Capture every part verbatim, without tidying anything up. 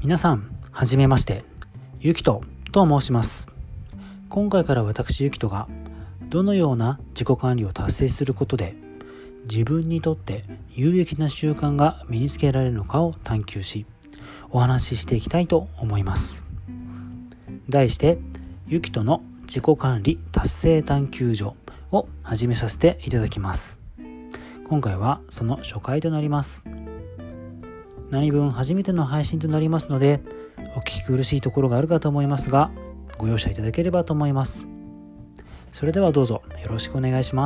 皆さんはじめまして、ゆきとと申します。今回から私ゆきとがどのような自己管理を達成することで自分にとって有益な習慣が身につけられるのかを探求し、お話ししていきたいと思います。題してゆきとの自己管理達成探求所を始めさせていただきます。今回はその初回となります。何分初めての配信となりますので、お聞き苦しいところがあるかと思いますが、ご容赦いただければと思います。それではどうぞよろしくお願いします。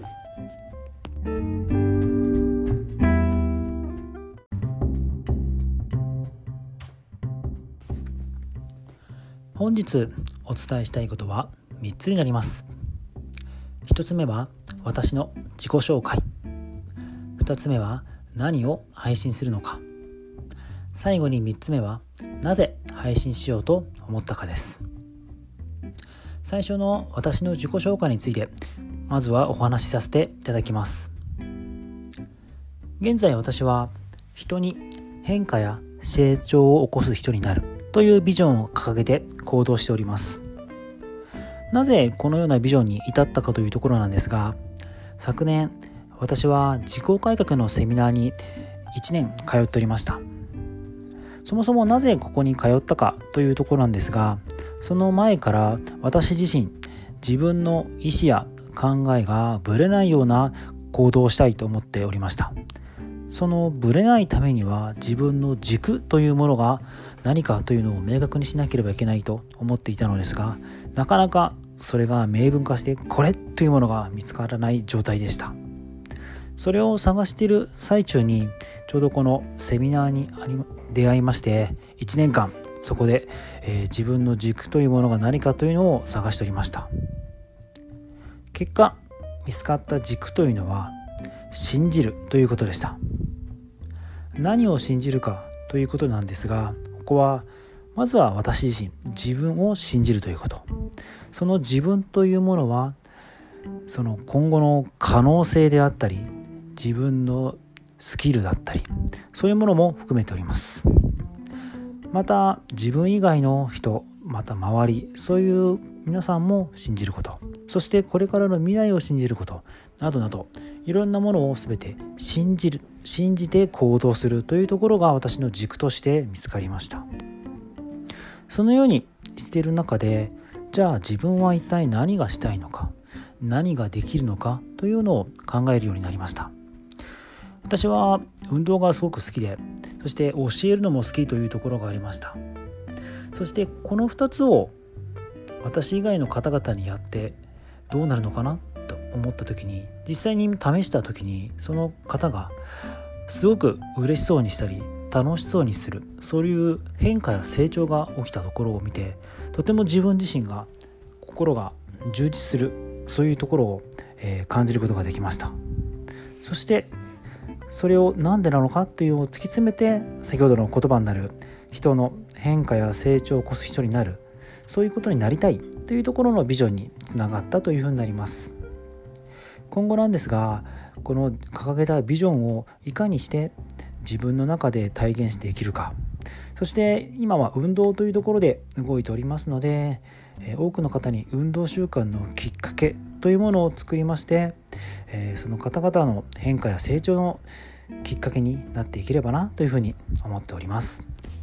本日お伝えしたいことはみっつになります。ひとつめは私の自己紹介。ふたつめは何を配信するのか。最後にみっつめはなぜ配信しようと思ったかです。最初の私の自己紹介についてまずはお話しさせていただきます。現在私は人に変化や成長を起こす人になるというビジョンを掲げて行動しております。なぜこのようなビジョンに至ったかというところなんですが、昨年私は自己改革のセミナーにいちねん通っておりました。そもそもなぜここに通ったかというところなんですが、その前から私自身自分の意思や考えがぶれないような行動をしたいと思っておりました。そのぶれないためには自分の軸というものが何かというのを明確にしなければいけないと思っていたのですが、なかなかそれが明文化してこれというものが見つからない状態でした。それを探している最中にちょうどこのセミナーに出会いまして、いちねんかんそこで、えー、自分の軸というものが何かというのを探しておりました。結果見つかった軸というのは信じるということでした。何を信じるかということなんですが、ここはまずは私自身自分を信じるということ。その自分というものはその今後の可能性であったり、自分のスキルだったり、そういうものも含めております。また自分以外の人、また周り、そういう皆さんも信じること、そしてこれからの未来を信じることなどなど、いろんなものを全て信じる信じて行動するというところが私の軸として見つかりました。そのようにしている中で、じゃあ自分は一体何がしたいのか、何ができるのかというのを考えるようになりました。私は運動がすごく好きで、そして教えるのも好きというところがありました。そしてこのふたつを私以外の方々にやってどうなるのかなと思った時に、実際に試した時にその方がすごく嬉しそうにしたり楽しそうにする、そういう変化や成長が起きたところを見て、とても自分自身が心が充実する、そういうところを、えー、感じることができました。そしてそれを何でなのかっていうのを突き詰めて、先ほどの言葉になる人の変化や成長を起こす人になる、そういうことになりたいというところのビジョンにつながったというふうになります。今後なんですが、この掲げたビジョンをいかにして自分の中で体現してできるか、そして今は運動というところで動いておりますので、多くの方に運動習慣のきっかけというものを作りまして、その方々の変化や成長のきっかけになっていければなというふうに思っております。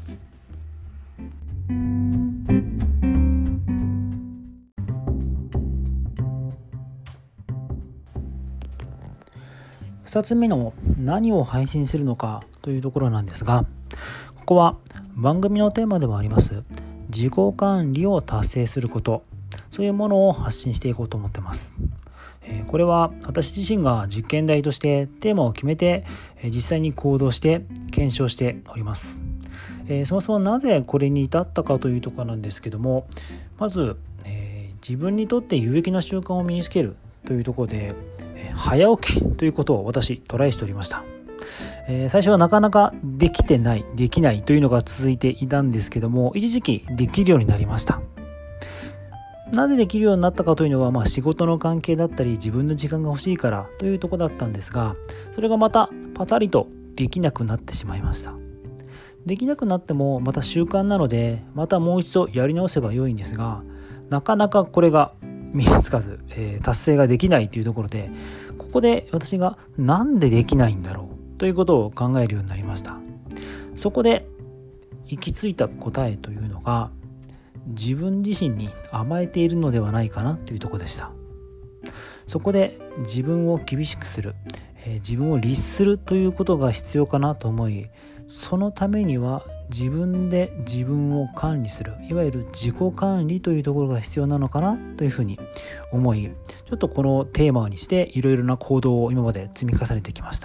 ふたつめの何を配信するのかというところなんですが、ここは番組のテーマでもあります自己管理を達成すること、そういうものを発信していこうと思ってます。えー、これは私自身が実験台としてテーマを決めて、えー、実際に行動して検証しております。えー、そもそもなぜこれに至ったかというところなんですけども、まず、えー、自分にとって有益な習慣を身につけるというところで、えー、早起きということを私トライしておりました。えー、最初はなかなかできてないできないというのが続いていたんですけども、一時期できるようになりました。なぜできるようになったかというのは、まあ、仕事の関係だったり自分の時間が欲しいからというところだったんですが、それがまたパタリとできなくなってしまいました。 できなくなってもまた習慣なので、またもう一度やり直せば良いんですが、なかなかこれが身につかず、えー、達成ができないというところで、ここで私がなんでできないんだろうということを考えるようになりました。そこで行き着いた答えというのが、自分自身に甘えているのではないかなというところでした。そこで自分を厳しくする、えー、自分を律するということが必要かなと思い、そのためには自分で自分を管理する、いわゆる自己管理というところが必要なのかなというふうに思い、ちょっとこのテーマにしていろいろな行動を今まで積み重ねてきました。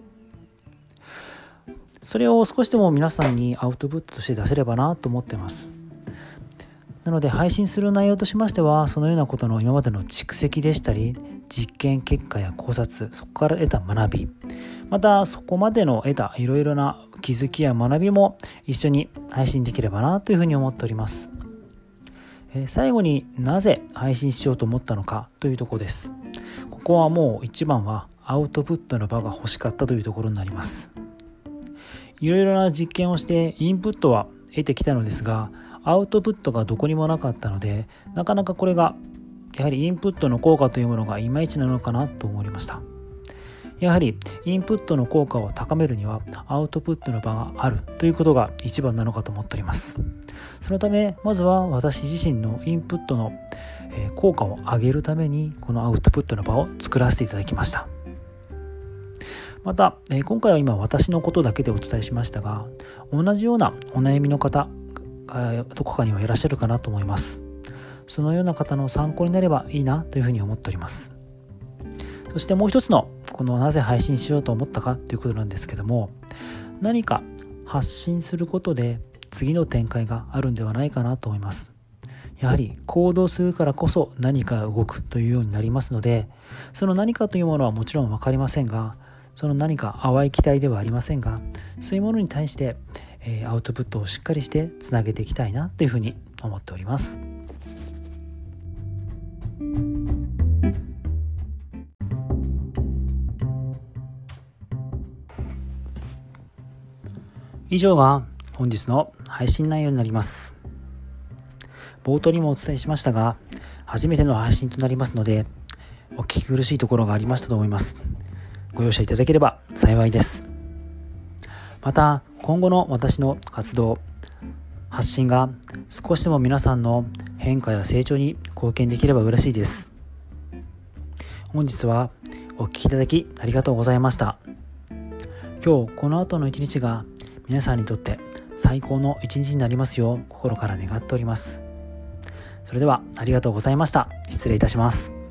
それを少しでも皆さんにアウトプットとして出せればなと思っています。なので配信する内容としましては、そのようなことの今までの蓄積でしたり、実験結果や考察、そこから得た学び、またそこまでの得たいろいろな気づきや学びも一緒に配信できればなというふうに思っております。えー、最後になぜ配信しようと思ったのかというところです。ここはもう一番はアウトプットの場が欲しかったというところになります。いろいろな実験をしてインプットは得てきたのですが、アウトプットがどこにもなかったので、なかなかこれがやはりインプットの効果というものがいまいちなのかなと思いました。やはりインプットの効果を高めるにはアウトプットの場があるということが一番なのかと思っております。そのためまずは私自身のインプットの効果を上げるためにこのアウトプットの場を作らせていただきました。また今回は今私のことだけでお伝えしましたが、同じようなお悩みの方どこかにはいらっしゃるかなと思います。そのような方の参考になればいいなというふうに思っております。そしてもう一つのこのなぜ配信しようと思ったかということなんですけども、何か発信することで次の展開があるんではないかなと思います。やはり行動するからこそ何か動くというようになりますので、その何かというものはもちろん分かりませんが、その何か淡い期待ではありませんが、そういうものに対してアウトプットをしっかりしてつなげていきたいなというふうに思っております。以上が本日の配信内容になります。冒頭にもお伝えしましたが、初めての配信となりますので、お聞き苦しいところがありましたと思います。ご容赦いただければ幸いです。また今後の私の活動発信が少しでも皆さんの変化や成長に貢献できれば嬉しいです。本日はお聞きいただきありがとうございました。今日この後の一日が皆さんにとって最高の一日になりますよう心から願っております。それではありがとうございました。失礼いたします。